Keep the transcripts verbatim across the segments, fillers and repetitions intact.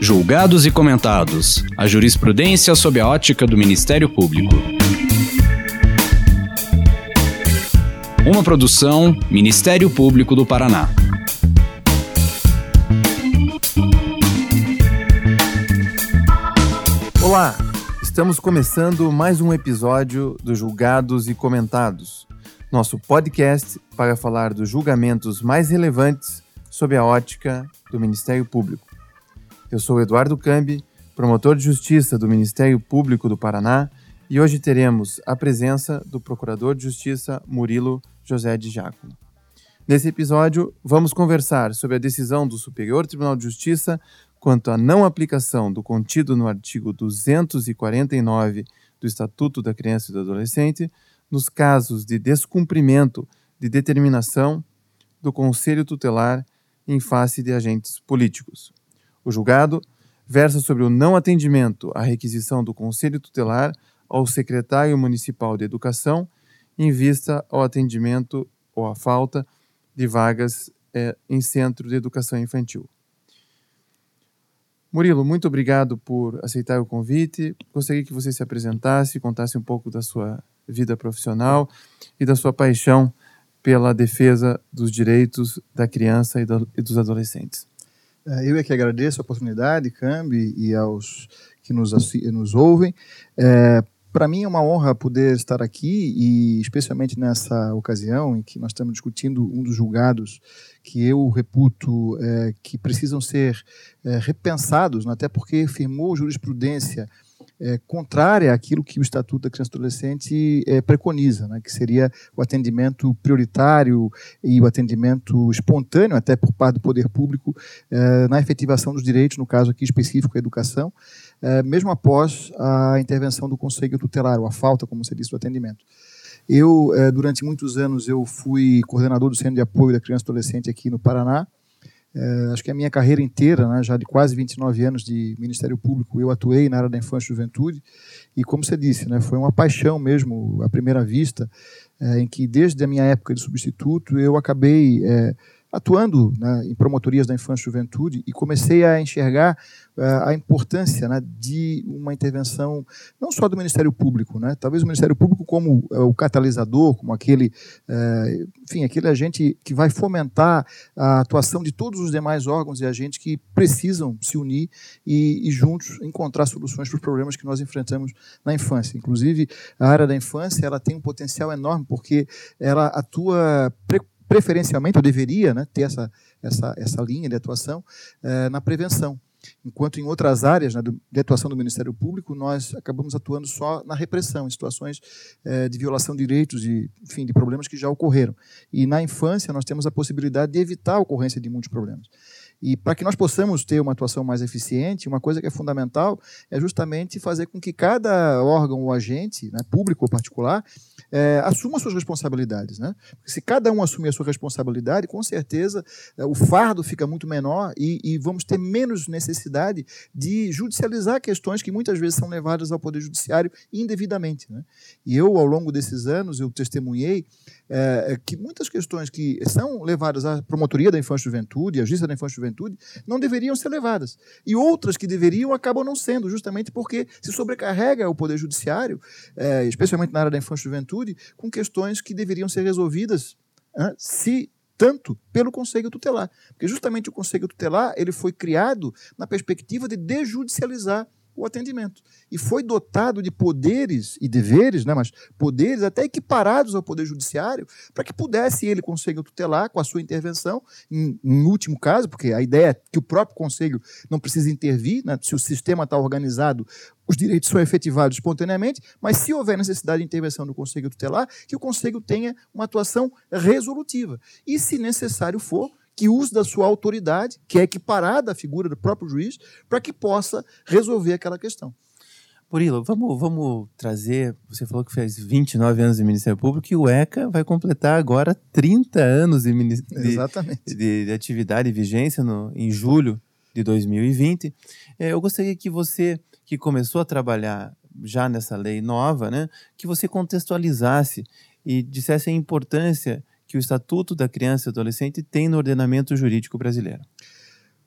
Julgados e comentados. A jurisprudência sob a ótica do Ministério Público. Uma produção Ministério Público do Paraná. Olá, estamos começando mais um episódio do Julgados e Comentados, nosso podcast para falar dos julgamentos mais relevantes sob a ótica do Ministério Público. Eu sou Eduardo Cambi, promotor de Justiça do Ministério Público do Paraná, e hoje teremos a presença do Procurador de Justiça Murilo José de Giacomo. Nesse episódio, vamos conversar sobre a decisão do Superior Tribunal de Justiça quanto à não aplicação do contido no artigo duzentos e quarenta e nove do Estatuto da Criança e do Adolescente nos casos de descumprimento de determinação do Conselho Tutelar em face de agentes políticos. O julgado versa sobre o não atendimento à requisição do Conselho Tutelar ao Secretário Municipal de Educação em vista ao atendimento ou à falta de vagas eh, em Centro de Educação Infantil. Murilo, muito obrigado por aceitar o convite. Gostaria que você se apresentasse, contasse um pouco da sua vida profissional e da sua paixão pela defesa dos direitos da criança e, do, e dos adolescentes. Eu é que agradeço a oportunidade, Cambi, e aos que nos, nos ouvem. É, Para mim é uma honra poder estar aqui, e especialmente nessa ocasião em que nós estamos discutindo um dos julgados que eu reputo é, que precisam ser é, repensados, até porque firmou jurisprudência É, contrária àquilo que o Estatuto da Criança e do Adolescente é, preconiza, né, que seria o atendimento prioritário e o atendimento espontâneo, até por parte do poder público, é, na efetivação dos direitos, no caso aqui específico a educação, é, mesmo após a intervenção do Conselho Tutelar, ou a falta, como você disse, do atendimento. Eu, é, durante muitos anos, eu fui coordenador do Centro de Apoio da Criança e do Adolescente aqui no Paraná. É, acho que a minha carreira inteira, né, já de quase vinte e nove anos de Ministério Público, eu atuei na área da infância e juventude, e como você disse, né, foi uma paixão mesmo, à primeira vista, é, em que desde a minha época de substituto eu acabei é, atuando, né, em promotorias da infância e juventude, e comecei a enxergar uh, a importância, né, de uma intervenção não só do Ministério Público, né, talvez o Ministério Público como uh, o catalisador, como aquele, uh, enfim, aquele agente que vai fomentar a atuação de todos os demais órgãos e agentes que precisam se unir e, e juntos encontrar soluções para os problemas que nós enfrentamos na infância. Inclusive, a área da infância ela tem um potencial enorme porque ela atua pre preferencialmente, ou deveria, né, ter essa, essa, essa linha de atuação eh, na prevenção. Enquanto em outras áreas, né, de atuação do Ministério Público, nós acabamos atuando só na repressão, em situações eh, de violação de direitos, de, enfim, de problemas que já ocorreram. E na infância nós temos a possibilidade de evitar a ocorrência de muitos problemas. E para que nós possamos ter uma atuação mais eficiente, uma coisa que é fundamental é justamente fazer com que cada órgão ou agente, né, público ou particular, é, assuma suas responsabilidades, né? Porque se cada um assumir a sua responsabilidade, com certeza é, o fardo fica muito menor e, e vamos ter menos necessidade de judicializar questões que muitas vezes são levadas ao Poder Judiciário indevidamente, né? E eu, ao longo desses anos, eu testemunhei é, que muitas questões que são levadas à promotoria da infância e juventude, à justiça da infância e juventude, não deveriam ser levadas. E outras que deveriam acabam não sendo, justamente porque se sobrecarrega o Poder Judiciário, é, especialmente na área da infância e juventude, com questões que deveriam ser resolvidas, né, se tanto pelo Conselho Tutelar. Porque justamente o Conselho Tutelar ele foi criado na perspectiva de desjudicializar o atendimento. E foi dotado de poderes e deveres, né, mas poderes até equiparados ao Poder Judiciário, para que pudesse ele, Conselho Tutelar, com a sua intervenção, em, em último caso, porque a ideia é que o próprio Conselho não precisa intervir, né, se o sistema está organizado, os direitos são efetivados espontaneamente, mas se houver necessidade de intervenção do Conselho Tutelar, que o Conselho tenha uma atuação resolutiva. E, se necessário for, que use da sua autoridade, que é equiparada à figura do próprio juiz, para que possa resolver aquela questão. Murilo, vamos, vamos trazer, você falou que fez vinte e nove anos de Ministério Público e o ECA vai completar agora trinta anos de, de, de, de atividade e vigência no, em julho de dois mil e vinte. É, eu gostaria que você, que começou a trabalhar já nessa lei nova, né, que você contextualizasse e dissesse a importância que o Estatuto da Criança e Adolescente tem no ordenamento jurídico brasileiro.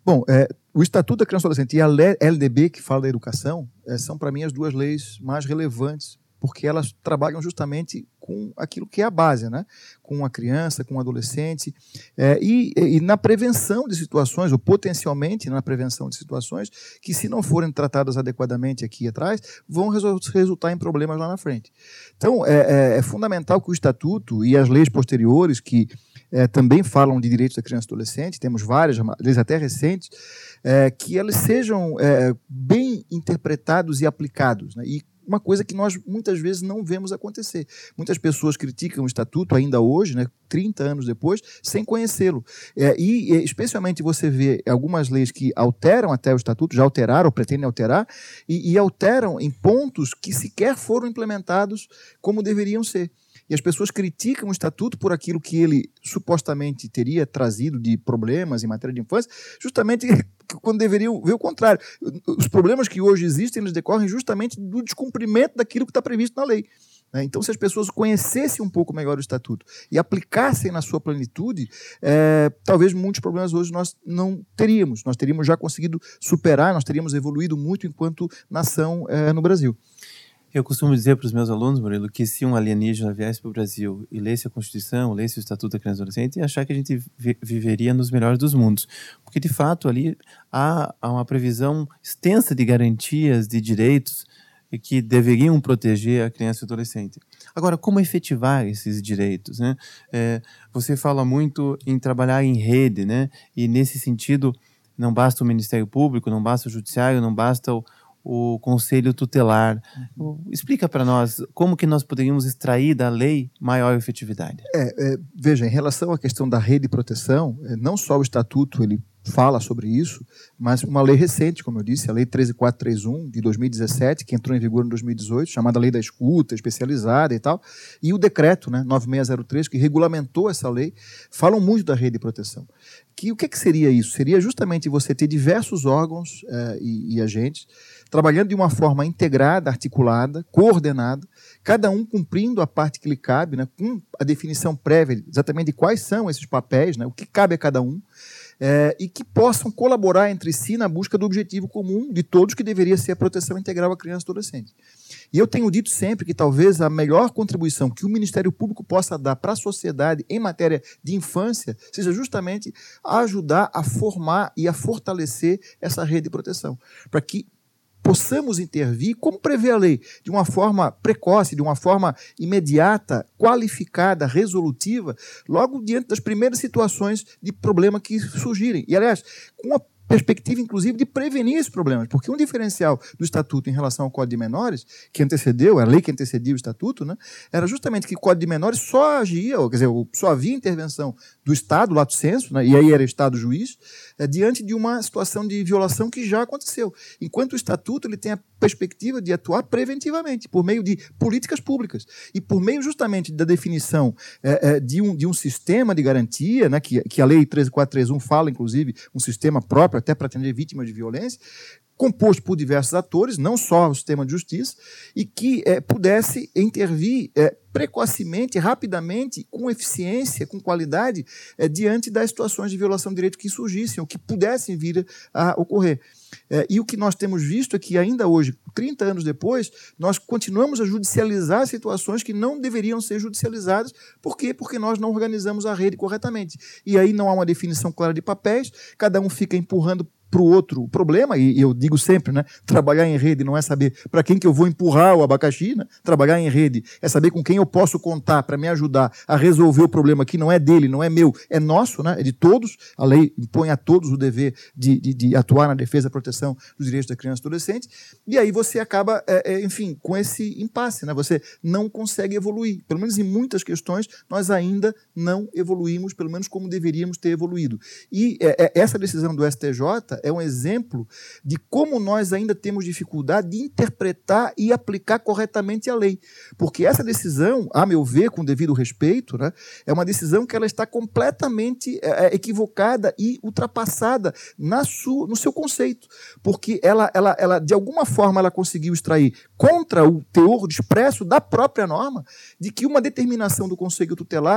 Bom, é, o Estatuto da Criança e do Adolescente e a L D B, que fala da educação, é, são, para mim, as duas leis mais relevantes, porque elas trabalham justamente com aquilo que é a base, né? Com a criança, com o adolescente, é, e, e na prevenção de situações, ou potencialmente na prevenção de situações, que se não forem tratadas adequadamente aqui atrás, vão resultar em problemas lá na frente. Então, é, é, é fundamental que o Estatuto e as leis posteriores, que é, também falam de direitos da criança e do adolescente, temos várias leis até recentes, é, que elas sejam é, bem interpretados e aplicados, né? E uma coisa que nós muitas vezes não vemos acontecer. Muitas pessoas criticam o Estatuto ainda hoje, né, trinta anos depois, sem conhecê-lo. É, e, especialmente, você vê algumas leis que alteram até o Estatuto, já alteraram, ou pretendem alterar, e, e alteram em pontos que sequer foram implementados como deveriam ser. E as pessoas criticam o Estatuto por aquilo que ele supostamente teria trazido de problemas em matéria de infância, justamente quando deveriam ver o contrário. Os problemas que hoje existem, eles decorrem justamente do descumprimento daquilo que está previsto na lei. Então, se as pessoas conhecessem um pouco melhor o Estatuto e aplicassem na sua plenitude, é, talvez muitos problemas hoje nós não teríamos. Nós teríamos já conseguido superar, nós teríamos evoluído muito enquanto nação é, no Brasil. Eu costumo dizer para os meus alunos, Murilo, que se um alienígena viesse para o Brasil e lesse a Constituição, lesse o Estatuto da Criança e do Adolescente, ia achar que a gente vi- viveria nos melhores dos mundos. Porque, de fato, ali há, há uma previsão extensa de garantias, de direitos e que deveriam proteger a criança e o adolescente. Agora, como efetivar esses direitos, né? É, você fala muito em trabalhar em rede, né? E, nesse sentido, não basta o Ministério Público, não basta o Judiciário, não basta o o Conselho Tutelar. Uhum. Explica para nós como que nós poderíamos extrair da lei maior efetividade. É, é, veja, em relação à questão da rede de proteção, é, não só o Estatuto ele fala sobre isso, mas uma lei recente, como eu disse, a Lei treze mil quatrocentos e trinta e um, de dois mil e dezessete, que entrou em vigor em dois mil e dezoito, chamada Lei da Escuta, especializada e tal, e o decreto, né, nove mil seiscentos e três, que regulamentou essa lei, falam muito da rede de proteção. Que, o que, que seria isso? Seria justamente você ter diversos órgãos eh, e, e agentes trabalhando de uma forma integrada, articulada, coordenada, cada um cumprindo a parte que lhe cabe, né, com a definição prévia exatamente de quais são esses papéis, né, o que cabe a cada um, É, e que possam colaborar entre si na busca do objetivo comum de todos, que deveria ser a proteção integral à criança e adolescente. E eu tenho dito sempre que talvez a melhor contribuição que o Ministério Público possa dar para a sociedade em matéria de infância seja justamente ajudar a formar e a fortalecer essa rede de proteção, para que possamos intervir, como prevê a lei, de uma forma precoce, de uma forma imediata, qualificada, resolutiva, logo diante das primeiras situações de problema que surgirem. E, aliás, com a perspectiva, inclusive, de prevenir esses problemas, porque um diferencial do Estatuto em relação ao Código de Menores, que antecedeu, a lei que antecedia o Estatuto, né, era justamente que o Código de Menores só agia, quer dizer, só havia intervenção do Estado, lato sensu, né, e aí era Estado juiz, é, diante de uma situação de violação que já aconteceu. Enquanto o Estatuto ele tem a perspectiva de atuar preventivamente, por meio de políticas públicas, e por meio justamente da definição é, é, de, um, de um sistema de garantia, né, que, que a Lei treze mil quatrocentos e trinta e um fala, inclusive, um sistema próprio até para atender vítimas de violência, composto por diversos atores, não só o sistema de justiça, e que é, pudesse intervir é, precocemente, rapidamente, com eficiência, com qualidade, é, diante das situações de violação de direito que surgissem, ou que pudessem vir a ocorrer. É, e o que nós temos visto é que ainda hoje, trinta anos depois, nós continuamos a judicializar situações que não deveriam ser judicializadas. Por quê? Porque nós não organizamos a rede corretamente. E aí não há uma definição clara de papéis, cada um fica empurrando para o outro problema, e eu digo sempre, né, trabalhar em rede não é saber para quem que eu vou empurrar o abacaxi, né? Trabalhar em rede é saber com quem eu posso contar para me ajudar a resolver o problema que não é dele, não é meu, é nosso, né? É de todos. A lei impõe a todos o dever de, de, de atuar na defesa e proteção dos direitos da criança e do adolescente, e aí você acaba, é, é, enfim, com esse impasse, né? Você não consegue evoluir. Pelo menos em muitas questões, nós ainda não evoluímos, pelo menos como deveríamos ter evoluído. E é, é, essa decisão do S T J é um exemplo de como nós ainda temos dificuldade de interpretar e aplicar corretamente a lei. Porque essa decisão, a meu ver, com devido respeito, né, é uma decisão que ela está completamente é, equivocada e ultrapassada na sua, no seu conceito. Porque ela, ela, ela, de alguma forma, ela conseguiu extrair contra o teor expresso da própria norma de que uma determinação do Conselho Tutelar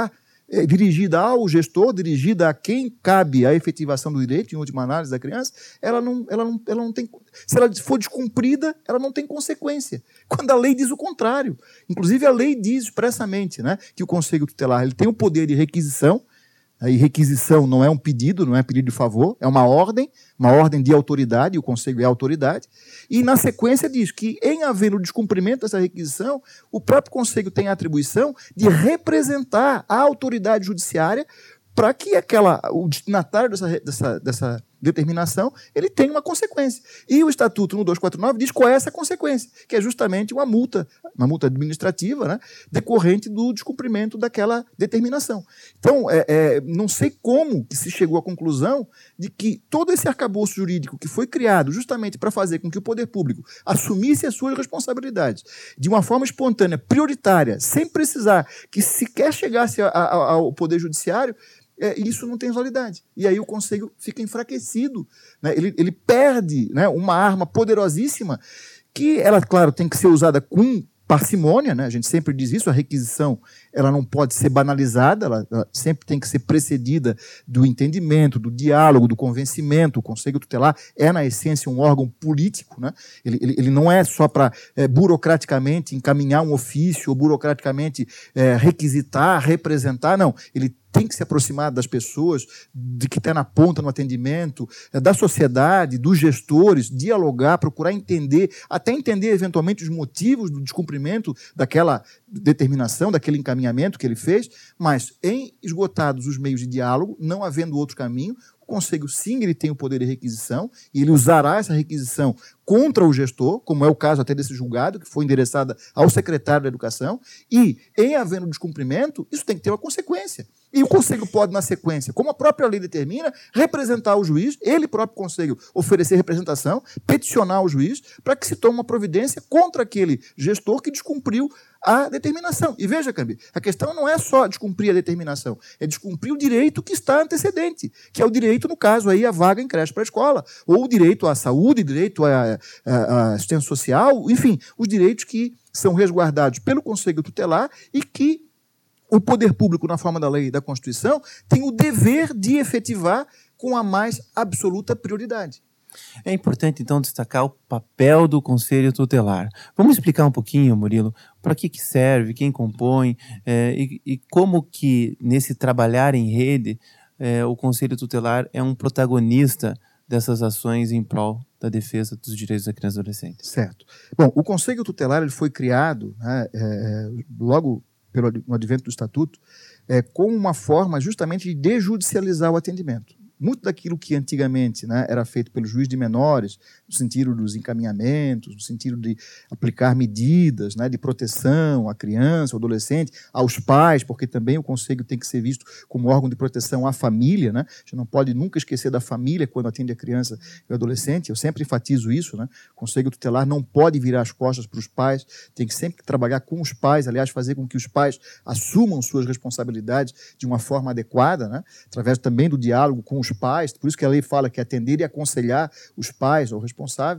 é, dirigida ao gestor, dirigida a quem cabe a efetivação do direito, em última análise da criança, ela não, ela não, ela não tem... Se ela for descumprida, ela não tem consequência. Quando a lei diz o contrário. Inclusive, a lei diz expressamente, né, que o Conselho Tutelar ele tem o poder de requisição. E requisição não é um pedido, não é pedido de favor, é uma ordem, uma ordem de autoridade, e o Conselho é a autoridade. E, na sequência, diz que, em havendo descumprimento dessa requisição, o próprio Conselho tem a atribuição de representar a autoridade judiciária para que aquela, o destinatário dessa, dessa, dessa determinação ele tenha uma consequência. E o Estatuto no duzentos e quarenta e nove diz qual é essa consequência, que é justamente uma multa, uma multa administrativa, né, decorrente do descumprimento daquela determinação. Então, é, é, não sei como que se chegou à conclusão de que todo esse arcabouço jurídico que foi criado justamente para fazer com que o poder público assumisse as suas responsabilidades de uma forma espontânea, prioritária, sem precisar que sequer chegasse a, a, ao Poder Judiciário, É, isso não tem validade. E aí o Conselho fica enfraquecido. Né? Ele, ele perde, né, uma arma poderosíssima que, ela, claro, tem que ser usada com parcimônia, né? A gente sempre diz isso, a requisição ela não pode ser banalizada, ela, ela sempre tem que ser precedida do entendimento, do diálogo, do convencimento. O Conselho Tutelar é, na essência, um órgão político, né? ele, ele, ele não é só para é, burocraticamente encaminhar um ofício ou burocraticamente é, requisitar, representar, não. Ele tem que se aproximar das pessoas, de que está na ponta no atendimento, da sociedade, dos gestores, dialogar, procurar entender, até entender eventualmente os motivos do descumprimento daquela determinação, daquele encaminhamento que ele fez, mas em esgotados os meios de diálogo, não havendo outro caminho, o Conselho, sim, ele tem o poder de requisição e ele usará essa requisição contra o gestor, como é o caso até desse julgado, que foi endereçada ao secretário da Educação, e, em havendo descumprimento, isso tem que ter uma consequência. E o Conselho pode, na sequência, como a própria lei determina, representar o juiz, ele próprio Conselho oferecer representação, peticionar o juiz, para que se tome uma providência contra aquele gestor que descumpriu a determinação. E veja, Cambi, a questão não é só descumprir a determinação, é descumprir o direito que está antecedente, que é o direito, no caso, aí, a vaga em creche para a escola, ou o direito à saúde, direito à, à, à assistência social, enfim, os direitos que são resguardados pelo Conselho Tutelar e que o poder público, na forma da lei e da Constituição, tem o dever de efetivar com a mais absoluta prioridade. É importante, então, destacar o papel do Conselho Tutelar. Vamos explicar um pouquinho, Murilo, para que, que serve, quem compõe, é, e, e como que, nesse trabalhar em rede, é, o Conselho Tutelar é um protagonista dessas ações em prol da defesa dos direitos da criança e do adolescente. Certo. Bom, o Conselho Tutelar ele foi criado, né, é, logo pelo no advento do Estatuto, é, com uma forma justamente de desjudicializar o atendimento. Muito daquilo que antigamente, né, era feito pelo juiz de menores, no sentido dos encaminhamentos, no sentido de aplicar medidas, né, de proteção à criança, ao adolescente, aos pais, porque também o Conselho tem que ser visto como órgão de proteção à família, né? A gente não pode nunca esquecer da família quando atende a criança e o adolescente. Eu sempre enfatizo isso, né? O Conselho Tutelar não pode virar as costas para os pais, tem que sempre trabalhar com os pais, aliás, fazer com que os pais assumam suas responsabilidades de uma forma adequada, né? Através também do diálogo com os pais, por isso que a lei fala que atender e aconselhar os pais ou o responsável,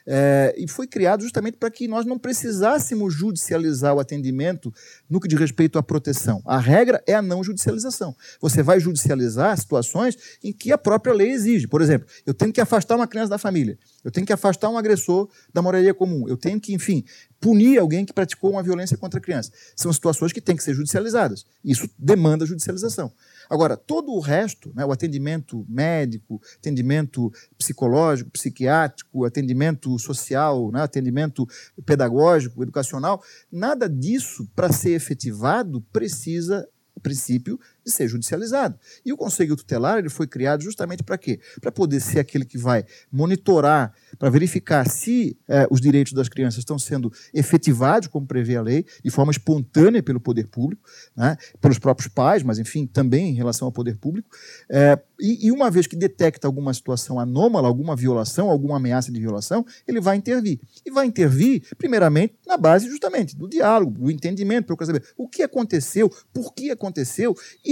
é, e foi criado justamente para que nós não precisássemos judicializar o atendimento no que diz respeito à proteção. A regra é a não judicialização. Você vai judicializar situações em que a própria lei exige. Por exemplo, eu tenho que afastar uma criança da família, eu tenho que afastar um agressor da moradia comum, eu tenho que, enfim, punir alguém que praticou uma violência contra a criança. São situações que têm que ser judicializadas. Isso demanda judicialização. Agora, todo o resto, né, o atendimento médico, atendimento psicológico, psiquiátrico, atendimento social, né, atendimento pedagógico, educacional, nada disso, para ser efetivado, precisa, a princípio, de ser judicializado. E o Conselho Tutelar ele foi criado justamente para quê? Para poder ser aquele que vai monitorar, para verificar se eh, os direitos das crianças estão sendo efetivados, como prevê a lei, de forma espontânea pelo poder público, né, pelos próprios pais, mas, enfim, também em relação ao poder público. Eh, e, e uma vez que detecta alguma situação anômala, alguma violação, alguma ameaça de violação, ele vai intervir. E vai intervir, primeiramente, na base justamente do diálogo, do entendimento, para eu saber o que aconteceu, por que aconteceu e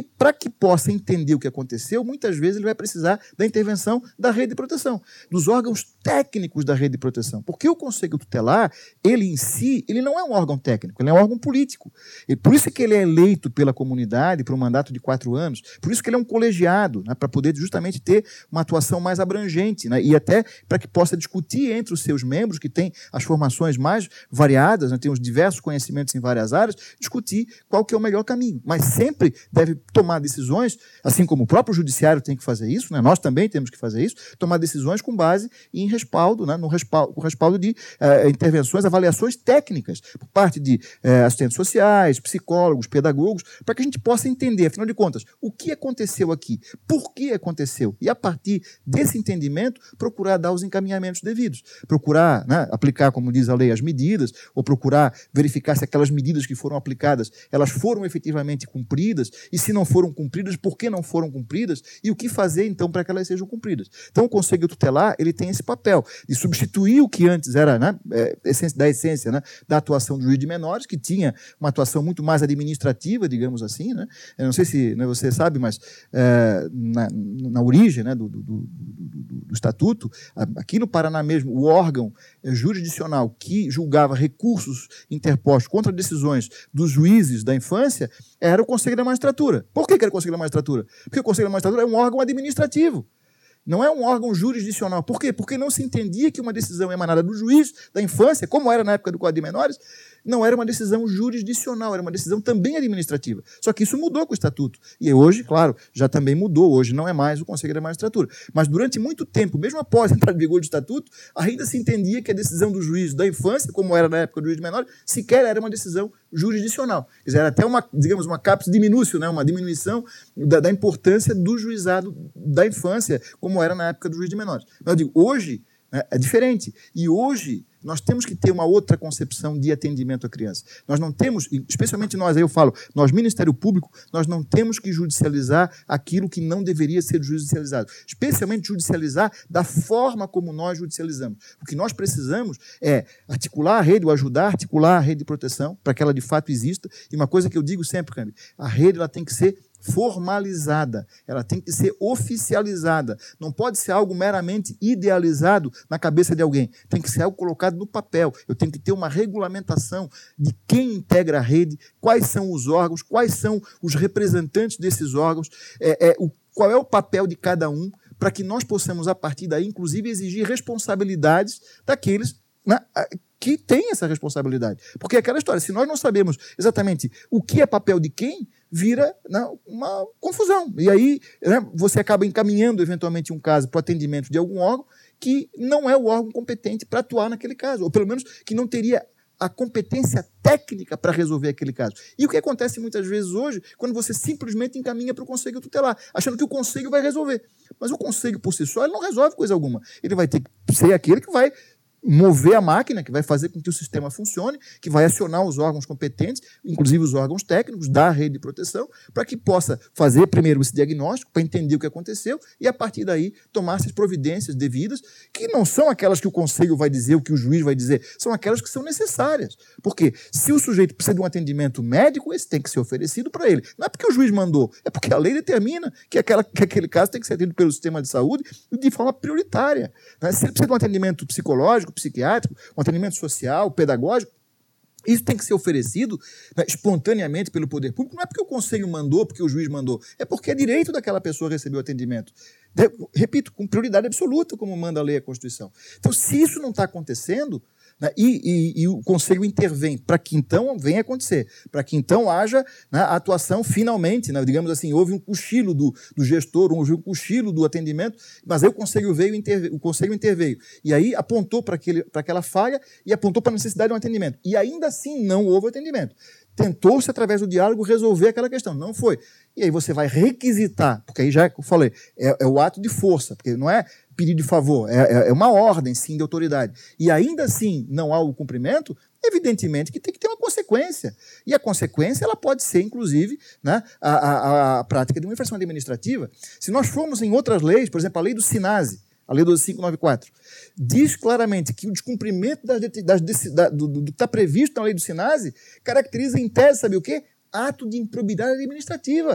E para que possa entender o que aconteceu, muitas vezes ele vai precisar da intervenção da rede de proteção, dos órgãos técnicos da rede de proteção. Porque o Conselho Tutelar, ele em si, ele não é um órgão técnico, ele é um órgão político. E por isso que ele é eleito pela comunidade por um mandato de quatro anos, por isso que ele é um colegiado, né, para poder justamente ter uma atuação mais abrangente, né, e até para que possa discutir entre os seus membros, que têm as formações mais variadas, né, tem os diversos conhecimentos em várias áreas, discutir qual que é o melhor caminho. Mas sempre deve tomar decisões, assim como o próprio judiciário tem que fazer isso, né, nós também temos que fazer isso, tomar decisões com base em respaldo, né, no respaldo, com respaldo de eh, intervenções, avaliações técnicas, por parte de eh, assistentes sociais, psicólogos, pedagogos, para que a gente possa entender, afinal de contas, o que aconteceu aqui, por que aconteceu, e a partir desse entendimento, procurar dar os encaminhamentos devidos, procurar, né, aplicar, como diz a lei, as medidas, ou procurar verificar se aquelas medidas que foram aplicadas, elas foram efetivamente cumpridas, e se não foram cumpridas, por que não foram cumpridas, e o que fazer, então, para que elas sejam cumpridas. Então, o Conselho Tutelar, ele tem esse papel de substituir o que antes era, né, da essência, né, da atuação do juiz de menores, que tinha uma atuação muito mais administrativa, digamos assim, né? Eu não sei se, né, você sabe, mas é, na, na origem, né, do, do, do, do, do Estatuto, aqui no Paraná mesmo, o órgão jurisdicional que julgava recursos interpostos contra decisões dos juízes da infância era o Conselho da Magistratura. Por que era o Conselho da Magistratura? Porque o Conselho da Magistratura é um órgão administrativo. Não é um órgão jurisdicional. Por quê? Porque não se entendia que uma decisão emanada do juiz da infância, como era na época do Código de Menores, não era uma decisão jurisdicional, era uma decisão também administrativa. Só que isso mudou com o Estatuto. E hoje, claro, já também mudou. Hoje não é mais o Conselho da Magistratura. Mas durante muito tempo, mesmo após a entrada em vigor do Estatuto, ainda se entendia que a decisão do juiz da infância, como era na época do juiz de menores, sequer era uma decisão jurisdicional. Quer dizer, era até uma, digamos, uma capsu diminúcio, né? Uma diminuição da, da importância do juizado da infância, como era na época do juiz de menores. Mas eu digo, hoje, né, é diferente. E hoje nós temos que ter uma outra concepção de atendimento à criança. Nós não temos, especialmente nós, aí eu falo, nós, Ministério Público, nós não temos que judicializar aquilo que não deveria ser judicializado. Especialmente judicializar da forma como nós judicializamos. O que nós precisamos é articular a rede, ou ajudar a articular a rede de proteção, para que ela de fato exista. E uma coisa que eu digo sempre, Cambi, a rede ela tem que ser formalizada, ela tem que ser oficializada, não pode ser algo meramente idealizado na cabeça de alguém, tem que ser algo colocado no papel, eu tenho que ter uma regulamentação de quem integra a rede, quais são os órgãos, quais são os representantes desses órgãos, é, é, o, qual é o papel de cada um, para que nós possamos, a partir daí, inclusive, exigir responsabilidades daqueles, né, que têm essa responsabilidade. Porque é aquela história, se nós não sabemos exatamente o que é papel de quem, vira, né, uma confusão. E aí, né, você acaba encaminhando, eventualmente, um caso para o atendimento de algum órgão que não é o órgão competente para atuar naquele caso, ou pelo menos que não teria a competência técnica para resolver aquele caso. E o que acontece muitas vezes hoje, quando você simplesmente encaminha para o Conselho Tutelar, achando que o Conselho vai resolver. Mas o Conselho, por si só, ele não resolve coisa alguma. Ele vai ter que ser aquele que vai mover a máquina, que vai fazer com que o sistema funcione, que vai acionar os órgãos competentes, inclusive os órgãos técnicos da rede de proteção, para que possa fazer primeiro esse diagnóstico, para entender o que aconteceu, e a partir daí tomar essas providências devidas, que não são aquelas que o Conselho vai dizer, o que o juiz vai dizer, são aquelas que são necessárias. Porque se o sujeito precisa de um atendimento médico, esse tem que ser oferecido para ele. Não é porque o juiz mandou, é porque a lei determina que, aquela, que aquele caso tem que ser atendido pelo sistema de saúde de forma prioritária. Se ele precisa de um atendimento psicológico, psiquiátrico, um atendimento social, pedagógico, isso tem que ser oferecido, né, espontaneamente pelo poder público, não é porque o Conselho mandou, porque o juiz mandou, é porque é direito daquela pessoa receber o atendimento. De, repito, com prioridade absoluta, como manda a lei e a Constituição. Então, se isso não está acontecendo, né, e, e, e o Conselho intervém para que então venha acontecer, para que então haja, né, a atuação finalmente, né, digamos assim, houve um cochilo do, do gestor, houve um cochilo do atendimento, mas aí o Conselho veio, interve, o Conselho interveio, e aí apontou para aquela falha e apontou para a necessidade de um atendimento. E ainda assim não houve atendimento. Tentou-se, através do diálogo, resolver aquela questão. Não foi. E aí você vai requisitar, porque aí já é, eu falei, é, é o ato de força, porque não é pedido de favor, é, é uma ordem, sim, de autoridade. E ainda assim não há o cumprimento, evidentemente que tem que ter uma consequência. E a consequência ela pode ser, inclusive, né, a, a, a prática de uma infração administrativa. Se nós formos em outras leis, por exemplo, a lei do SINASE, a lei doze mil quinhentos e noventa e quatro, diz claramente que o descumprimento das, das, da, do, do que está previsto na lei do SINASE caracteriza, em tese, sabe o quê? Ato de improbidade administrativa.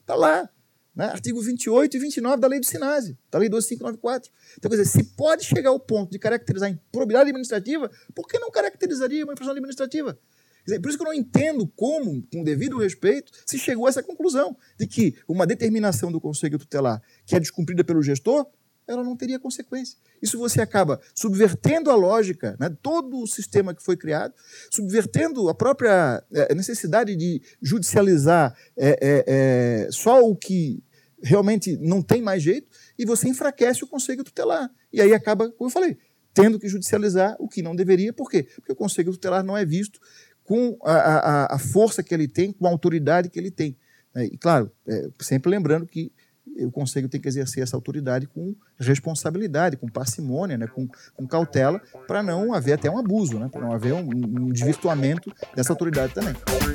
Está lá. Né? Artigo vinte e oito e vinte e nove da Lei do SINASE, da Lei doze mil quinhentos e noventa e quatro. Então, quer dizer, se pode chegar ao ponto de caracterizar improbidade administrativa, por que não caracterizaria uma infração administrativa? Quer dizer, por isso que eu não entendo como, com devido respeito, se chegou a essa conclusão de que uma determinação do Conselho Tutelar que é descumprida pelo gestor, ela não teria consequência. Isso você acaba subvertendo a lógica, né, todo o sistema que foi criado, subvertendo a própria é, necessidade de judicializar é, é, é, só o que realmente não tem mais jeito, e você enfraquece o Conselho Tutelar. E aí acaba, como eu falei, tendo que judicializar o que não deveria. Por quê? Porque o Conselho Tutelar não é visto com a, a, a força que ele tem, com a autoridade que ele tem. E, claro, é, sempre lembrando que o Conselho tem que exercer essa autoridade com responsabilidade, com parcimônia, né, com, com cautela, para não haver até um abuso, né, para não haver um, um desvirtuamento dessa autoridade também.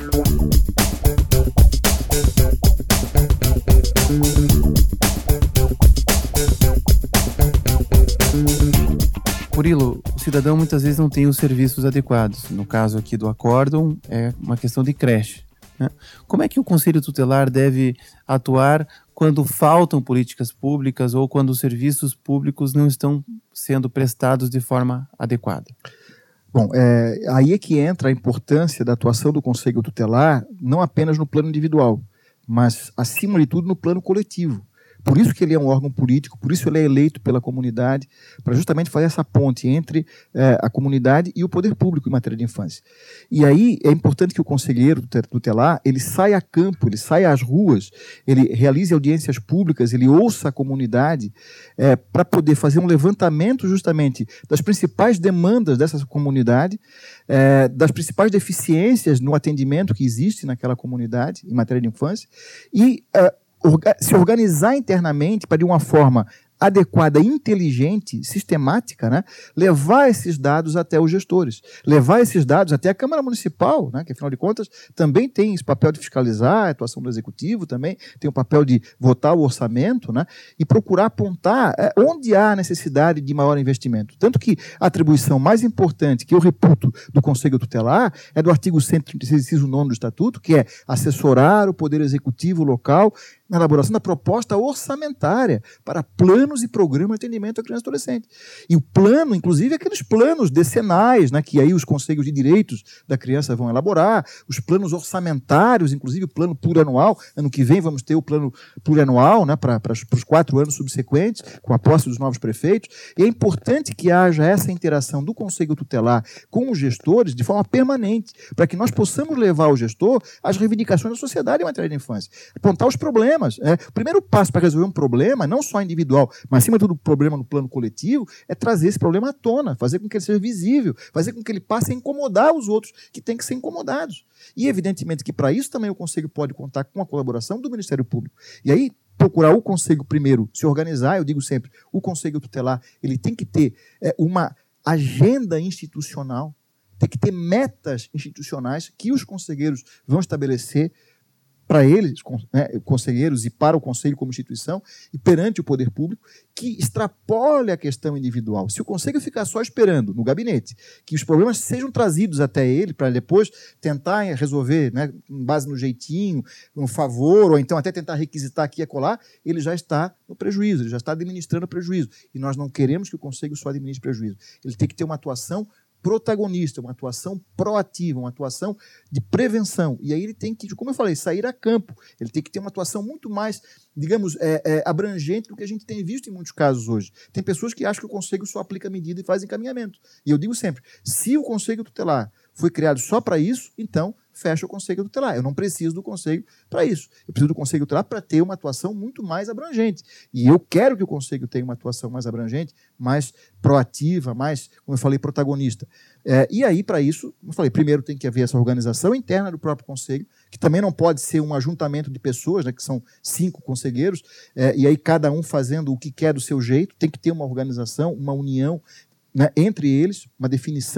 Murilo, o cidadão muitas vezes não tem os serviços adequados. No caso aqui do acórdão, é uma questão de creche. Né? Como é que o Conselho Tutelar deve atuar quando faltam políticas públicas ou quando os serviços públicos não estão sendo prestados de forma adequada? Bom, é, aí é que entra a importância da atuação do Conselho Tutelar, não apenas no plano individual, mas, acima de tudo, no plano coletivo. Por isso que ele é um órgão político, por isso ele é eleito pela comunidade, para justamente fazer essa ponte entre é, a comunidade e o poder público em matéria de infância. E aí é importante que o conselheiro tutelar, ele saia a campo, ele saia às ruas, ele realize audiências públicas, ele ouça a comunidade, é, para poder fazer um levantamento justamente das principais demandas dessa comunidade, é, das principais deficiências no atendimento que existe naquela comunidade em matéria de infância, e é, se organizar internamente para, de uma forma adequada, inteligente, sistemática, né, levar esses dados até os gestores, levar esses dados até a Câmara Municipal, né, que, afinal de contas, também tem esse papel de fiscalizar a atuação do Executivo, também tem o papel de votar o orçamento, né, e procurar apontar é, onde há necessidade de maior investimento. Tanto que a atribuição mais importante que eu reputo do Conselho Tutelar é do artigo cento e trinta e seis, inciso nono do Estatuto, que é assessorar o Poder Executivo local na elaboração da proposta orçamentária para planos e programas de atendimento à criança e adolescente. E o plano, inclusive, é aqueles planos decenais, né, que aí os conselhos de direitos da criança vão elaborar, os planos orçamentários, inclusive o plano plurianual. Ano que vem vamos ter o plano plurianual, né, para, para os quatro anos subsequentes, com a posse dos novos prefeitos. E é importante que haja essa interação do Conselho Tutelar com os gestores de forma permanente, para que nós possamos levar ao gestor as reivindicações da sociedade em matéria de infância, apontar os problemas. É, o primeiro passo para resolver um problema, não só individual, mas acima de tudo o problema no plano coletivo, é trazer esse problema à tona, fazer com que ele seja visível, fazer com que ele passe a incomodar os outros que têm que ser incomodados. E, evidentemente, que para isso também o Conselho pode contar com a colaboração do Ministério Público. E aí, procurar o Conselho primeiro se organizar, eu digo sempre, o Conselho Tutelar, ele tem que ter é, uma agenda institucional, tem que ter metas institucionais que os conselheiros vão estabelecer para eles, né, conselheiros, e para o Conselho como instituição, e perante o poder público, que extrapole a questão individual. Se o Conselho ficar só esperando, no gabinete, que os problemas sejam trazidos até ele, para depois tentar resolver, né, com base no jeitinho, no favor, ou então até tentar requisitar aqui e acolá, ele já está no prejuízo, ele já está administrando prejuízo. E nós não queremos que o Conselho só administre prejuízo. Ele tem que ter uma atuação protagonista, uma atuação proativa, uma atuação de prevenção. E aí ele tem que, como eu falei, sair a campo. Ele tem que ter uma atuação muito mais, digamos, é, é, abrangente do que a gente tem visto em muitos casos hoje. Tem pessoas que acham que o Conselho só aplica medida e faz encaminhamento. E eu digo sempre, se o Conselho Tutelar foi criado só para isso, então fecha o Conselho Tutelar. Eu não preciso do Conselho para isso. Eu preciso do Conselho Tutelar para ter uma atuação muito mais abrangente. E eu quero que o Conselho tenha uma atuação mais abrangente, mais proativa, mais, como eu falei, protagonista. É, e aí, para isso, como eu falei, primeiro tem que haver essa organização interna do próprio Conselho, que também não pode ser um ajuntamento de pessoas, né, que são cinco conselheiros, é, e aí cada um fazendo o que quer do seu jeito. Tem que ter uma organização, uma união, né, entre eles, uma definição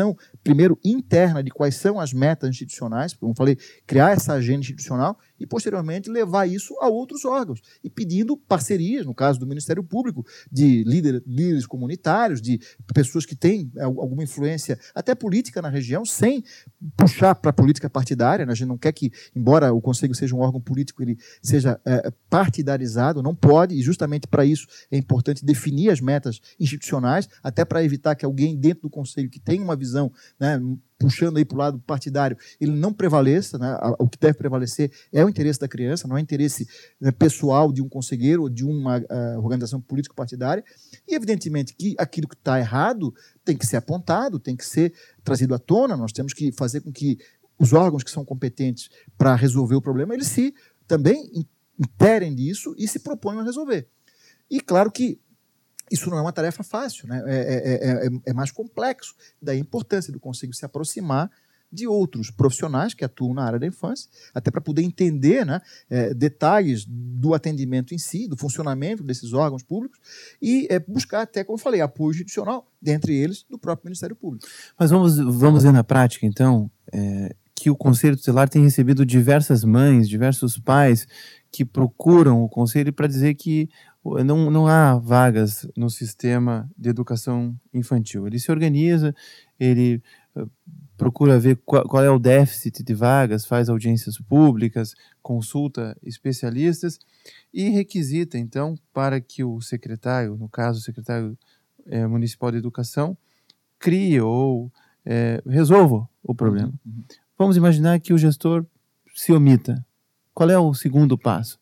primeiro, interna, de quais são as metas institucionais, como eu falei, criar essa agenda institucional e, posteriormente, levar isso a outros órgãos. E pedindo parcerias, no caso do Ministério Público, de líder, líderes comunitários, de pessoas que têm alguma influência, até política na região, sem puxar para a política partidária. Né? A gente não quer que, embora o Conselho seja um órgão político, ele seja é, partidarizado, não pode, e justamente para isso é importante definir as metas institucionais, até para evitar que alguém dentro do Conselho que tem uma visão, né, puxando aí para o lado partidário, ele não prevaleça, né? O que deve prevalecer é o interesse da criança, não é o interesse, né, pessoal de um conselheiro ou de uma uh, organização político-partidária, e evidentemente que aquilo que está errado tem que ser apontado, tem que ser trazido à tona, nós temos que fazer com que os órgãos que são competentes para resolver o problema, eles se também interem disso e se proponham a resolver. E claro que isso não é uma tarefa fácil, né? é, é, é, é mais complexo. Daí a importância do Conselho se aproximar de outros profissionais que atuam na área da infância, até para poder entender, né, é, detalhes do atendimento em si, do funcionamento desses órgãos públicos e é, buscar até, como eu falei, apoio institucional, dentre eles, do próprio Ministério Público. Mas vamos, vamos ver na prática, então, é, que o Conselho Tutelar tem recebido diversas mães, diversos pais que procuram o Conselho para dizer que Não, não há vagas no sistema de educação infantil. Ele se organiza, ele uh, procura ver qual, qual é o déficit de vagas, faz audiências públicas, consulta especialistas e requisita, então, para que o secretário, no caso o secretário é, municipal de educação, crie ou é, resolva o problema. Uhum. Vamos imaginar que o gestor se omita. Qual é o segundo passo?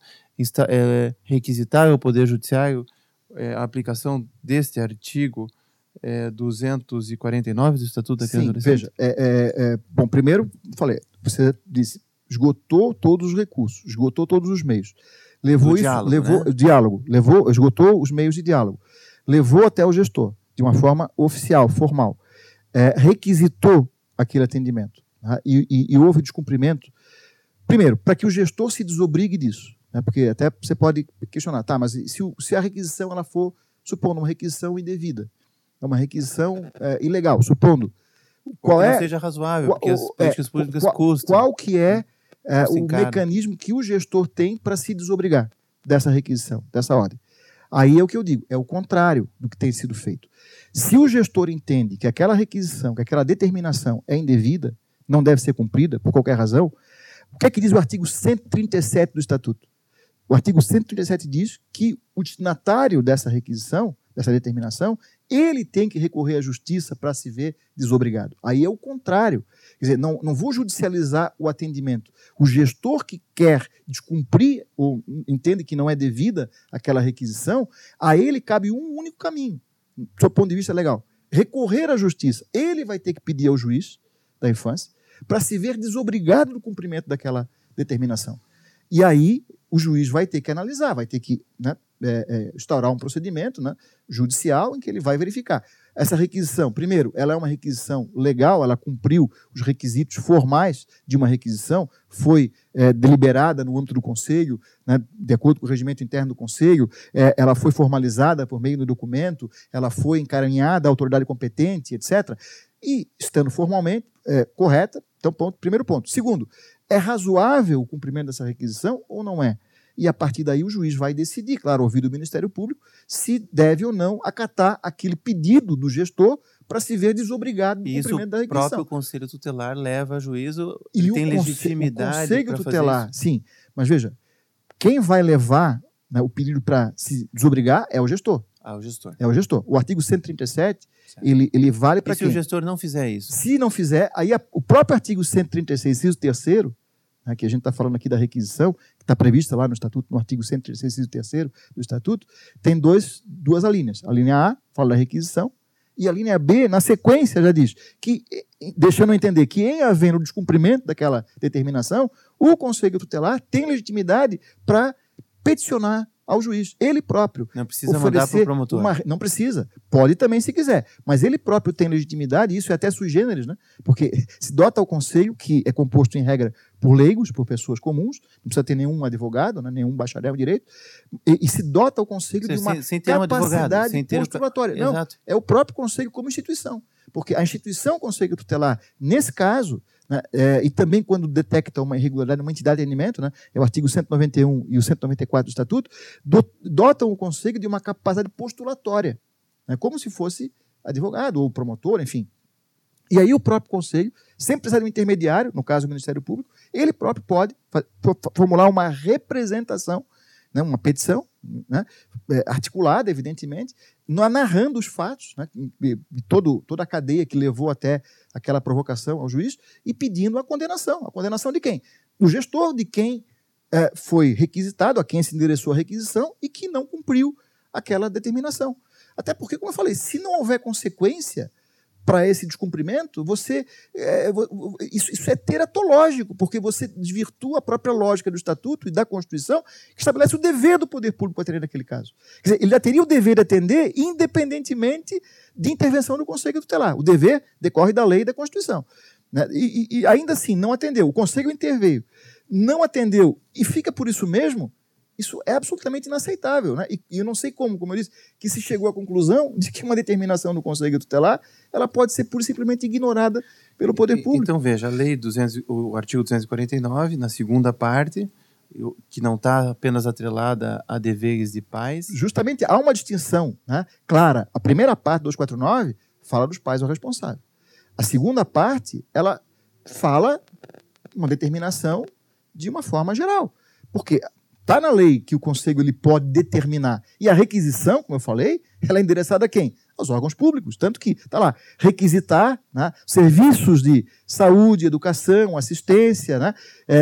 É, requisitar ao Poder Judiciário é, a aplicação deste artigo é, duzentos e quarenta e nove do Estatuto da Criança e do Adolescente? Veja, é, é, é, bom, primeiro, falei, você disse, esgotou todos os recursos, esgotou todos os meios, levou isso, diálogo, levou né? diálogo, levou, esgotou os meios de diálogo, levou até o gestor, de uma forma oficial, formal, é, requisitou aquele atendimento, né? e, e, e houve descumprimento, primeiro, para que o gestor se desobrigue disso. Né, porque até você pode questionar, tá, mas se, o, se a requisição ela for, supondo, uma requisição indevida, é uma requisição é, ilegal, supondo, qual que é... não seja razoável, qual, porque as políticas é, públicas qual, custam. Qual que é, é o encara. mecanismo que o gestor tem para se desobrigar dessa requisição, dessa ordem? Aí é o que eu digo, é o contrário do que tem sido feito. Se o gestor entende que aquela requisição, que aquela determinação é indevida, não deve ser cumprida, por qualquer razão, o que é que diz o artigo cento e trinta e sete do Estatuto? O artigo cento e trinta e sete diz que o destinatário dessa requisição, dessa determinação, ele tem que recorrer à justiça para se ver desobrigado. Aí é o contrário. Quer dizer, não, não vou judicializar o atendimento. O gestor que quer descumprir ou entende que não é devida aquela requisição, a ele cabe um único caminho, do seu ponto de vista legal. Recorrer à justiça. Ele vai ter que pedir ao juiz da infância para se ver desobrigado do cumprimento daquela determinação. E aí o juiz vai ter que analisar, vai ter que, né, é, é, instaurar um procedimento, né, judicial em que ele vai verificar. Essa requisição, primeiro, ela é uma requisição legal, ela cumpriu os requisitos formais de uma requisição, foi é, deliberada no âmbito do Conselho, né, de acordo com o regimento interno do Conselho, é, ela foi formalizada por meio do documento, ela foi encaminhada à autoridade competente, etcétera. E, estando formalmente é, correta, então, ponto, primeiro ponto. Segundo, é razoável o cumprimento dessa requisição ou não é? E, a partir daí, o juiz vai decidir, claro, ouvido o Ministério Público, se deve ou não acatar aquele pedido do gestor para se ver desobrigado do e cumprimento da requisição. requisição. O próprio Conselho Tutelar leva a juízo e e tem o legitimidade o Conselho para Tutelar, fazer isso. sim. Mas, veja, quem vai levar, né, o pedido para se desobrigar é o gestor. Ah, o gestor. É o gestor. O artigo cento e trinta e sete, ele, ele vale para quem? E se o gestor não fizer isso? Se não fizer, aí a, o próprio artigo cento e trinta e seis, inciso terceiro, né, que a gente está falando aqui da requisição, que está prevista lá no Estatuto, no artigo cento e trinta e seis, inciso terceiro do Estatuto, tem dois, duas alíneas. A linha A fala da requisição e a linha B, na sequência, já diz que, deixando entender que, em havendo o descumprimento daquela determinação, o Conselho Tutelar tem legitimidade para peticionar ao juiz, ele próprio. Não precisa mandar para o promotor. Uma, não precisa. Pode também se quiser. Mas ele próprio tem legitimidade, e isso é até sui generis, né? Porque se dota ao conselho, que é composto em regra por leigos, por pessoas comuns, não precisa ter nenhum advogado, né? Nenhum bacharel em direito, e, e se dota ao conselho sem, de uma sem, sem ter um capacidade advogado, sem ter postulatória. o... Não, Exato. é o próprio conselho como instituição. porque a instituição Conselho Tutelar, nesse caso, né, é, e também quando detecta uma irregularidade numa entidade de atendimento, né, é o artigo cento e noventa e um e o cento e noventa e quatro do Estatuto, do, dotam o Conselho de uma capacidade postulatória, né, como se fosse advogado ou promotor, enfim. E aí o próprio Conselho, sem precisar de um intermediário, no caso o Ministério Público, ele próprio pode formular uma representação, né, uma petição, né, articulada, evidentemente, narrando os fatos, né, todo, toda a cadeia que levou até aquela provocação ao juiz, e pedindo a condenação. A condenação de quem? Do gestor, de quem é, foi requisitado, a quem se endereçou a requisição e que não cumpriu aquela determinação. Até porque, como eu falei, se não houver consequência para esse descumprimento, você é, isso, isso é teratológico, porque você desvirtua a própria lógica do Estatuto e da Constituição, que estabelece o dever do poder público a atender naquele caso. Quer dizer, ele já teria o dever de atender independentemente de intervenção do Conselho Tutelar. O dever decorre da lei e da Constituição. Né? E, e ainda assim, não atendeu. O Conselho interveio, não atendeu e fica por isso mesmo. Isso é absolutamente inaceitável, né? E, e eu não sei como, como eu disse, que se chegou à conclusão de que uma determinação do Conselho Tutelar ela pode ser pura e simplesmente ignorada pelo poder público. Então, veja, a lei duzentos, o artigo duzentos e quarenta e nove, na segunda parte, que não está apenas atrelada a deveres de pais. Justamente, há uma distinção, né, clara. A primeira parte, duzentos e quarenta e nove, fala dos pais ou responsável. A segunda parte, ela fala uma determinação de uma forma geral. Porque está na lei que o Conselho ele pode determinar. E a requisição, como eu falei, ela é endereçada a quem? Aos órgãos públicos. Tanto que está lá, requisitar, né, serviços de saúde, educação, assistência, né,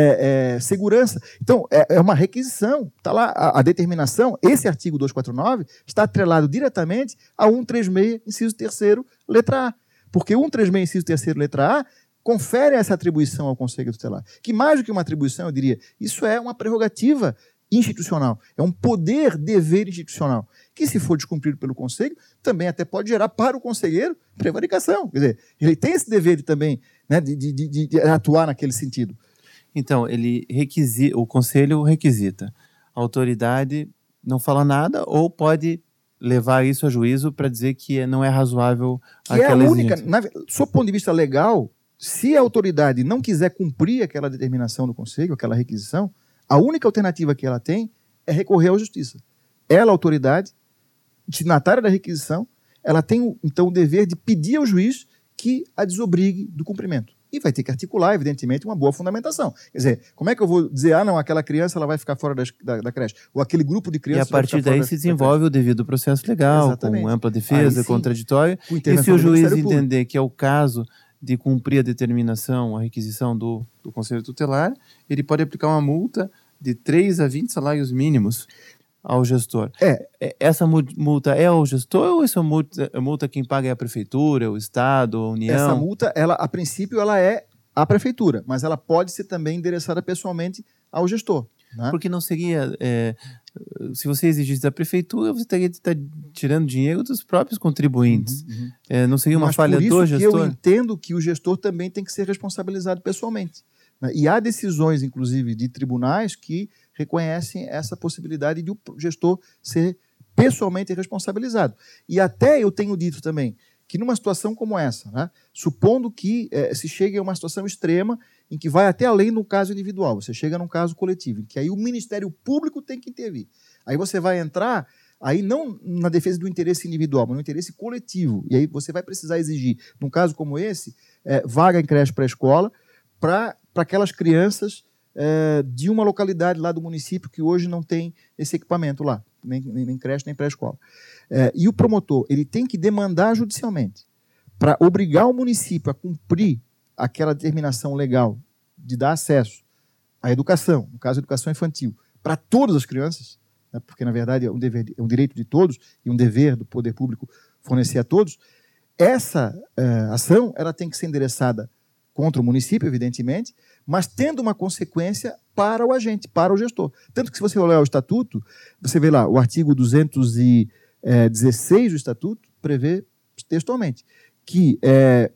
é, é, segurança. Então, é, é uma requisição. Está lá a, a determinação. Esse artigo duzentos e quarenta e nove está atrelado diretamente a cento e trinta e seis, inciso terceiro, letra A. Porque cento e trinta e seis, inciso terceiro, letra A, confere essa atribuição ao Conselho Tutelar. Que mais do que uma atribuição, eu diria, isso é uma prerrogativa institucional, é um poder, dever institucional, que se for descumprido pelo Conselho, também até pode gerar para o conselheiro prevaricação. Quer dizer, ele tem esse dever de, também, né, de, de, de, de atuar naquele sentido. Então, ele requisita, o Conselho requisita. A autoridade não fala nada ou pode levar isso a juízo para dizer que não é razoável que aquela é a única, exigência. na, sob o ponto de vista legal, se a autoridade não quiser cumprir aquela determinação do Conselho, aquela requisição, a única alternativa que ela tem é recorrer à justiça. Ela, a autoridade, destinatária da requisição, ela tem, então, o dever de pedir ao juiz que a desobrigue do cumprimento. E vai ter que articular, evidentemente, uma boa fundamentação. Quer dizer, como é que eu vou dizer, ah, não, aquela criança ela vai ficar fora das, da, da creche, ou aquele grupo de crianças E a partir daí se desenvolve o devido processo legal, Exatamente. com ampla defesa, Aí, sim, contraditória, e se o juiz entender que é o caso de cumprir a determinação, a requisição do, do Conselho Tutelar, ele pode aplicar uma multa de três a vinte salários mínimos ao gestor. É. Essa multa é ao gestor ou essa multa, a multa quem paga é a prefeitura, o Estado, a União? Essa multa, ela, a princípio, ela é a prefeitura, mas ela pode ser também endereçada pessoalmente ao gestor. Né? Porque não seria... É, se você exigisse da prefeitura, você teria de estar tirando dinheiro dos próprios contribuintes. Uhum, uhum. É, não seria uma mas falha por isso do que gestor? Eu entendo que o gestor também tem que ser responsabilizado pessoalmente. Né? E há decisões, inclusive, de tribunais que reconhecem essa possibilidade de o gestor ser pessoalmente responsabilizado. E até eu tenho dito também que numa situação como essa, né, supondo que eh, se chegue a uma situação extrema em que vai até além do caso individual, você chega num caso coletivo, em que aí o Ministério Público tem que intervir. Aí você vai entrar, aí não na defesa do interesse individual, mas no interesse coletivo. E aí você vai precisar exigir, num caso como esse, eh, vaga em creche pré-escola para aquelas crianças eh, de uma localidade lá do município que hoje não tem esse equipamento lá, nem, nem, nem creche, nem pré-escola. É, e o promotor ele tem que demandar judicialmente para obrigar o município a cumprir aquela determinação legal de dar acesso à educação, no caso, a educação infantil, para todas as crianças, né, porque, na verdade, é um, dever, é um direito de todos e um dever do poder público fornecer a todos. Essa é, ação ela tem que ser endereçada contra o município, evidentemente, mas tendo uma consequência para o agente, para o gestor. Tanto que, se você olhar o Estatuto, você vê lá, o artigo duzentos e dezesseis do Estatuto prevê textualmente que é,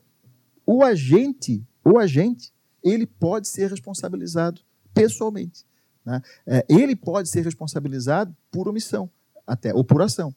o agente, o agente, ele pode ser responsabilizado pessoalmente. Né? É, ele pode ser responsabilizado por omissão, até, ou por ação.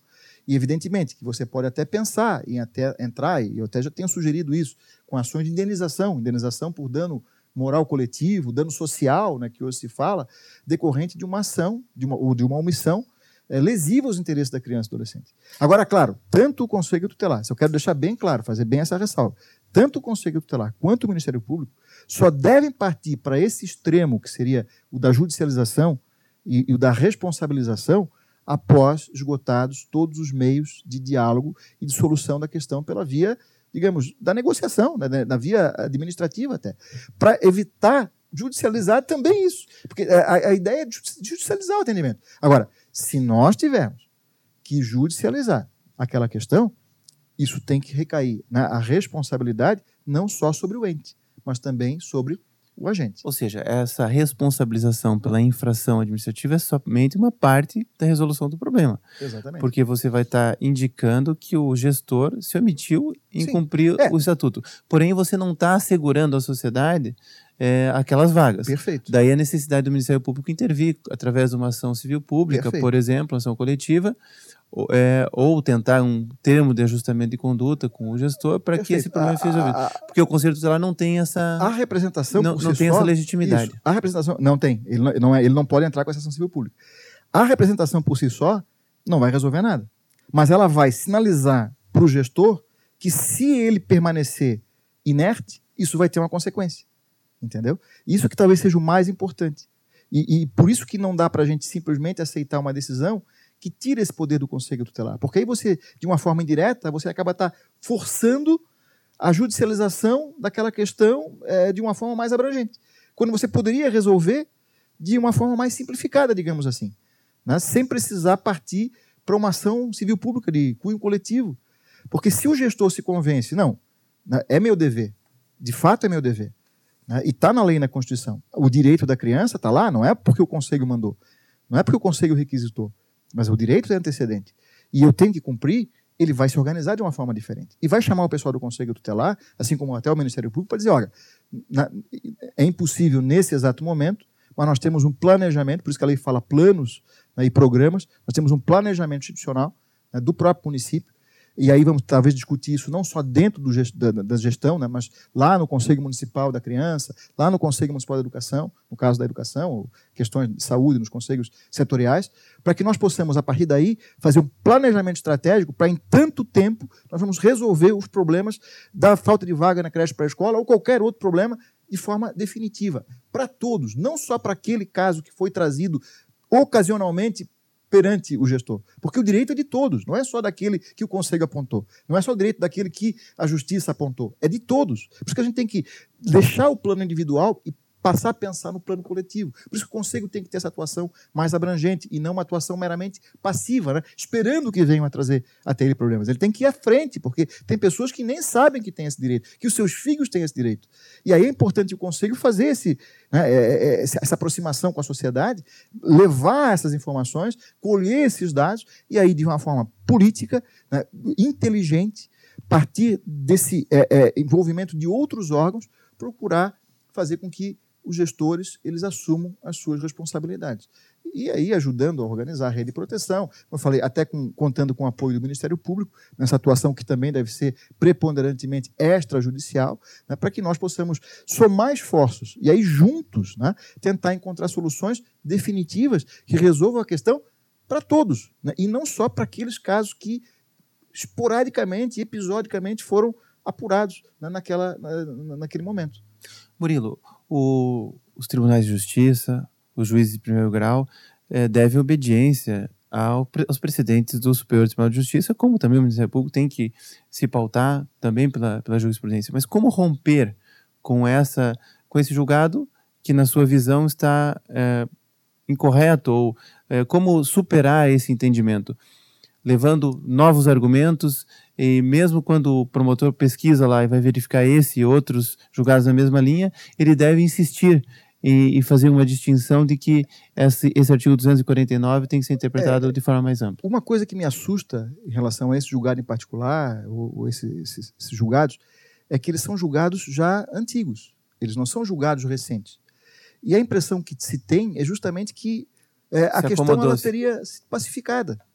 E, evidentemente, que você pode até pensar em até entrar, e eu até já tenho sugerido isso, com ações de indenização, indenização por dano moral coletivo, dano social, né, que hoje se fala, decorrente de uma ação, de uma, ou de uma omissão é, lesiva aos interesses da criança e do adolescente. Agora, claro, tanto o Conselho Tutelar, isso eu quero deixar bem claro, fazer bem essa ressalva, tanto o Conselho Tutelar quanto o Ministério Público só devem partir para esse extremo, que seria o da judicialização e, e o da responsabilização, após esgotados todos os meios de diálogo e de solução da questão pela via, digamos, da negociação, né, na via administrativa até, para evitar judicializar também isso. Porque a, a ideia é judicializar o atendimento. Agora, se nós tivermos que judicializar aquela questão, isso tem que recair na responsabilidade não só sobre o ente, mas também sobre o agente. Ou seja, essa responsabilização pela infração administrativa é somente uma parte da resolução do problema. Exatamente. Porque você vai estar indicando que o gestor se omitiu em Sim. cumprir É. o estatuto. Porém, você não está assegurando à sociedade é, aquelas vagas. Perfeito. Daí a necessidade do Ministério Público intervir através de uma ação civil pública, Perfeito. por exemplo, ação coletiva, ou, é, ou tentar um termo de ajustamento de conduta com o gestor para que Perfeito. esse problema A- seja resolvido. a- Porque o Conselho Tutelar não tem essa... A representação Não- por não si tem só, essa legitimidade. Isso, a representação não tem. Ele não, não é, ele não pode entrar com essa ação civil pública. A representação por si só não vai resolver nada. Mas ela vai sinalizar para o gestor que, se ele permanecer inerte, isso vai ter uma consequência. Entendeu? Isso que talvez seja o mais importante. E, e por isso que não dá para a gente simplesmente aceitar uma decisão que tira esse poder do Conselho Tutelar. Porque aí você, de uma forma indireta, você acaba tá forçando a judicialização daquela questão é, de uma forma mais abrangente. Quando você poderia resolver de uma forma mais simplificada, digamos assim, né? Sem precisar partir para uma ação civil pública de cunho coletivo. Porque se o gestor se convence, não, né, é meu dever, de fato é meu dever, né, e está na lei e na Constituição, o direito da criança está lá, não é porque o Conselho mandou, não é porque o Conselho requisitou, mas o direito é antecedente. E eu tenho que cumprir, ele vai se organizar de uma forma diferente. E vai chamar o pessoal do Conselho Tutelar, assim como até o Ministério Público, para dizer, olha, na, é impossível nesse exato momento, mas nós temos um planejamento, por isso que a lei fala planos, né, e programas, nós temos um planejamento institucional, né, do próprio município, e aí vamos talvez discutir isso não só dentro do gest, da, da gestão, né, mas lá no Conselho Municipal da Criança, lá no Conselho Municipal da Educação, no caso da educação, ou questões de saúde nos conselhos setoriais, para que nós possamos, a partir daí, fazer um planejamento estratégico para, em tanto tempo, nós vamos resolver os problemas da falta de vaga na creche pré-escola ou qualquer outro problema de forma definitiva, para todos, não só para aquele caso que foi trazido ocasionalmente perante o gestor. Porque o direito é de todos, não é só daquele que o Conselho apontou, não é só o direito daquele que a Justiça apontou, é de todos. Por isso que a gente tem que deixar o plano individual e passar a pensar no plano coletivo. Por isso que o Conselho tem que ter essa atuação mais abrangente e não uma atuação meramente passiva, né? Esperando que venham a trazer até ele problemas. Ele tem que ir à frente, porque tem pessoas que nem sabem que têm esse direito, que os seus filhos têm esse direito. E aí é importante o Conselho fazer esse, né, essa aproximação com a sociedade, levar essas informações, colher esses dados e aí, de uma forma política, né, inteligente, partir desse é, é, envolvimento de outros órgãos, procurar fazer com que os gestores eles assumam as suas responsabilidades. E aí ajudando a organizar a rede de proteção, como eu falei, até com, contando com o apoio do Ministério Público, nessa atuação que também deve ser preponderantemente extrajudicial, né, para que nós possamos somar esforços e aí juntos, né, tentar encontrar soluções definitivas que resolvam a questão para todos, né, e não só para aqueles casos que esporadicamente e episodicamente foram apurados, né, naquela, na, naquele momento. Murilo, o, os tribunais de justiça, os juízes de primeiro grau, eh, devem obediência ao, aos precedentes do Superior Tribunal de Justiça, como também o Ministério Público tem que se pautar também pela, pela jurisprudência. Mas como romper com, essa, com esse julgado que, na sua visão, está eh, incorreto? Ou eh, como superar esse entendimento? Levando novos argumentos, e mesmo quando o promotor pesquisa lá e vai verificar esse e outros julgados na mesma linha, ele deve insistir e, e fazer uma distinção de que esse, esse artigo duzentos e quarenta e nove tem que ser interpretado é, de forma mais ampla. Uma coisa que me assusta em relação a esse julgado em particular, ou, ou esse, esses, esses julgados, é que eles são julgados já antigos, eles não são julgados recentes. E a impressão que se tem é justamente que é, a questão ela teria sido pacificada.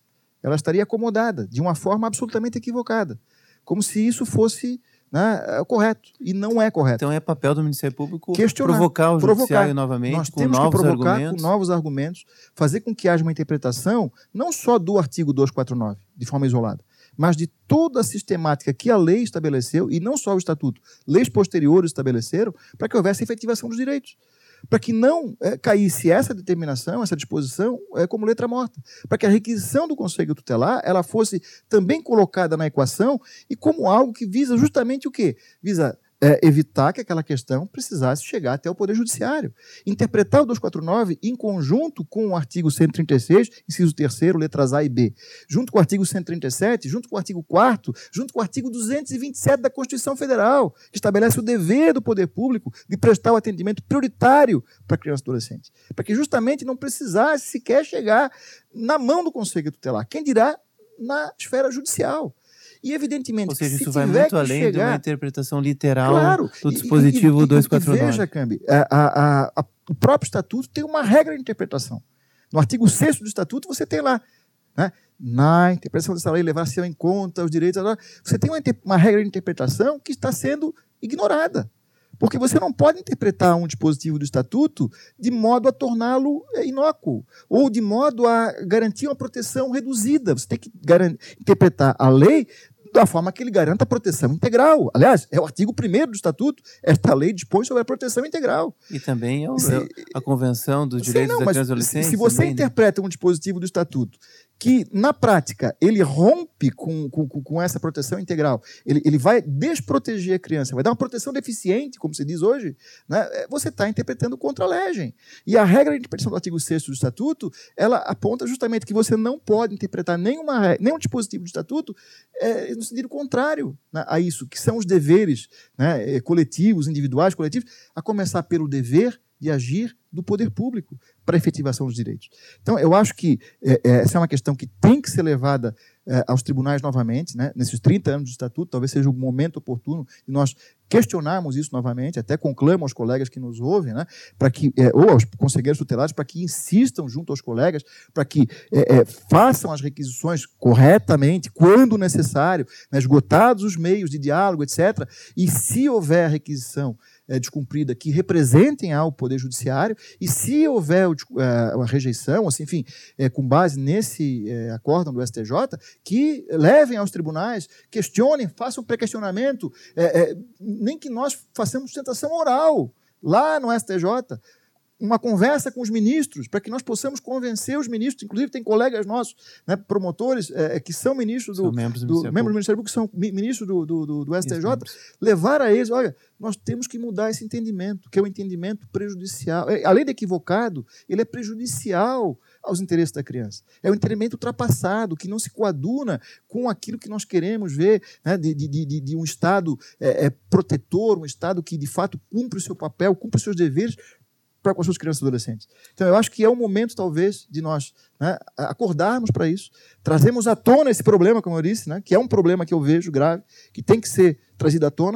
ela estaria acomodada de uma forma absolutamente equivocada, como se isso fosse, né, correto, e não é correto. Então é papel do Ministério Público questionar, provocar o provocar. judiciário novamente. Nós com temos novos que provocar argumentos. com novos argumentos, fazer com que haja uma interpretação não só do artigo duzentos e quarenta e nove, de forma isolada, mas de toda a sistemática que a lei estabeleceu, e não só o Estatuto, leis posteriores estabeleceram, para que houvesse efetivação dos direitos. Para que não é, caísse essa determinação, essa disposição, é, como letra morta. Para que a requisição do Conselho Tutelar ela fosse também colocada na equação e como algo que visa justamente o quê? Visa é, evitar que aquela questão precisasse chegar até o Poder Judiciário. Interpretar o duzentos e quarenta e nove em conjunto com o artigo cento e trinta e seis, inciso terceiro, letras A e B, junto com o artigo cento e trinta e sete, junto com o artigo quarto, junto com o artigo duzentos e vinte e sete da Constituição Federal, que estabelece o dever do poder público de prestar o atendimento prioritário para a criança e adolescente, para que justamente não precisasse sequer chegar na mão do Conselho Tutelar, quem dirá na esfera judicial. E, evidentemente, ou seja, se isso vai tiver muito além chegar, de uma interpretação literal claro, do dispositivo e, e, duzentos e quarenta e nove. E veja, Cambi, a, a, a, o próprio Estatuto tem uma regra de interpretação. No artigo sexto do Estatuto, você tem lá, né, na interpretação dessa lei, levar-se em conta os direitos, você tem uma, uma regra de interpretação que está sendo ignorada. Porque você não pode interpretar um dispositivo do Estatuto de modo a torná-lo inócuo, ou de modo a garantir uma proteção reduzida. Você tem que interpretar a lei da forma que ele garanta a proteção integral. Aliás, é o artigo primeiro do Estatuto. Esta lei dispõe sobre a proteção integral. E também é o, se, a Convenção dos Direitos não, da mas Criança e Adolescente. Se você também, interpreta né? um dispositivo do Estatuto que, na prática, ele rompe com, com, com essa proteção integral, ele, ele vai desproteger a criança, vai dar uma proteção deficiente, como se diz hoje, né? Você está interpretando contra a legem. E a regra de interpretação do artigo sexto do Estatuto, ela aponta justamente que você não pode interpretar nenhuma, nenhum dispositivo do Estatuto é, no sentido contrário, né, a isso, que são os deveres, né, coletivos, individuais, coletivos, a começar pelo dever de agir do poder público para a efetivação dos direitos. Então, eu acho que é, é, essa é uma questão que tem que ser levada é, aos tribunais novamente, né, nesses trinta anos de Estatuto, talvez seja o momento oportuno de nós questionarmos isso novamente, até conclamo aos colegas que nos ouvem, né, para que, é, ou aos conselheiros tutelares, para que insistam junto aos colegas, para que é, é, façam as requisições corretamente, quando necessário, né, esgotados os meios de diálogo, etcétera, e se houver requisição é, descumprida, que representem ao Poder Judiciário, e se houver é, uma rejeição, assim, enfim, é, com base nesse é, acórdão do S T J, que levem aos tribunais, questionem, façam pré-questionamento, é, é, nem que nós façamos sustentação oral lá no S T J, uma conversa com os ministros, para que nós possamos convencer os ministros, inclusive tem colegas nossos, né, promotores, é, que são ministros do, são membros do, do, Ministério membros do Ministério Público, que são ministros do, do, do, do S T J, isso, levar a eles, olha, nós temos que mudar esse entendimento, que é um entendimento prejudicial. Além de equivocado, ele é prejudicial aos interesses da criança. É um entendimento ultrapassado, que não se coaduna com aquilo que nós queremos ver, né, de, de, de, de um Estado é, é, protetor, um Estado que, de fato, cumpre o seu papel, cumpre os seus deveres para com as suas crianças e adolescentes. Então, eu acho que é o momento, talvez, de nós, né, acordarmos para isso, trazermos à tona esse problema, como eu disse, né, que é um problema que eu vejo grave, que tem que ser trazido à tona,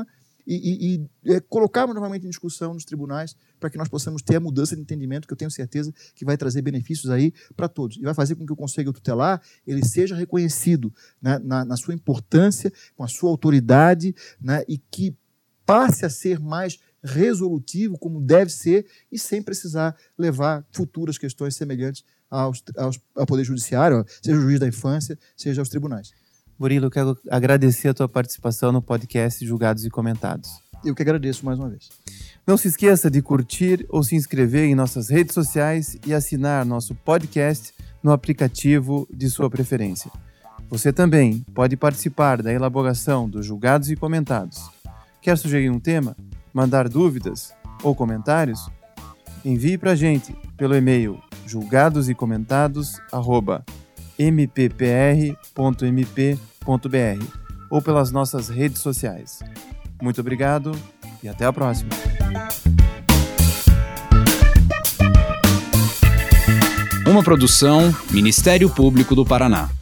e, e, e é, colocarmos novamente em discussão nos tribunais para que nós possamos ter a mudança de entendimento que eu tenho certeza que vai trazer benefícios aí para todos. E vai fazer com que o Conselho Tutelar ele seja reconhecido, né, na, na sua importância, com a sua autoridade, né, e que passe a ser mais resolutivo, como deve ser, e sem precisar levar futuras questões semelhantes aos, aos, ao Poder Judiciário, seja o juiz da infância, seja aos tribunais. Murilo, eu quero agradecer a tua participação no podcast Julgados e Comentados. Eu que agradeço mais uma vez. Não se esqueça de curtir ou se inscrever em nossas redes sociais e assinar nosso podcast no aplicativo de sua preferência. Você também pode participar da elaboração dos Julgados e Comentados. Quer sugerir um tema? Mandar dúvidas ou comentários? Envie para a gente pelo e-mail julgados e comentados arroba m p p r ponto m p ponto b r ou pelas nossas redes sociais. Muito obrigado e até a próxima. Uma produção Ministério Público do Paraná.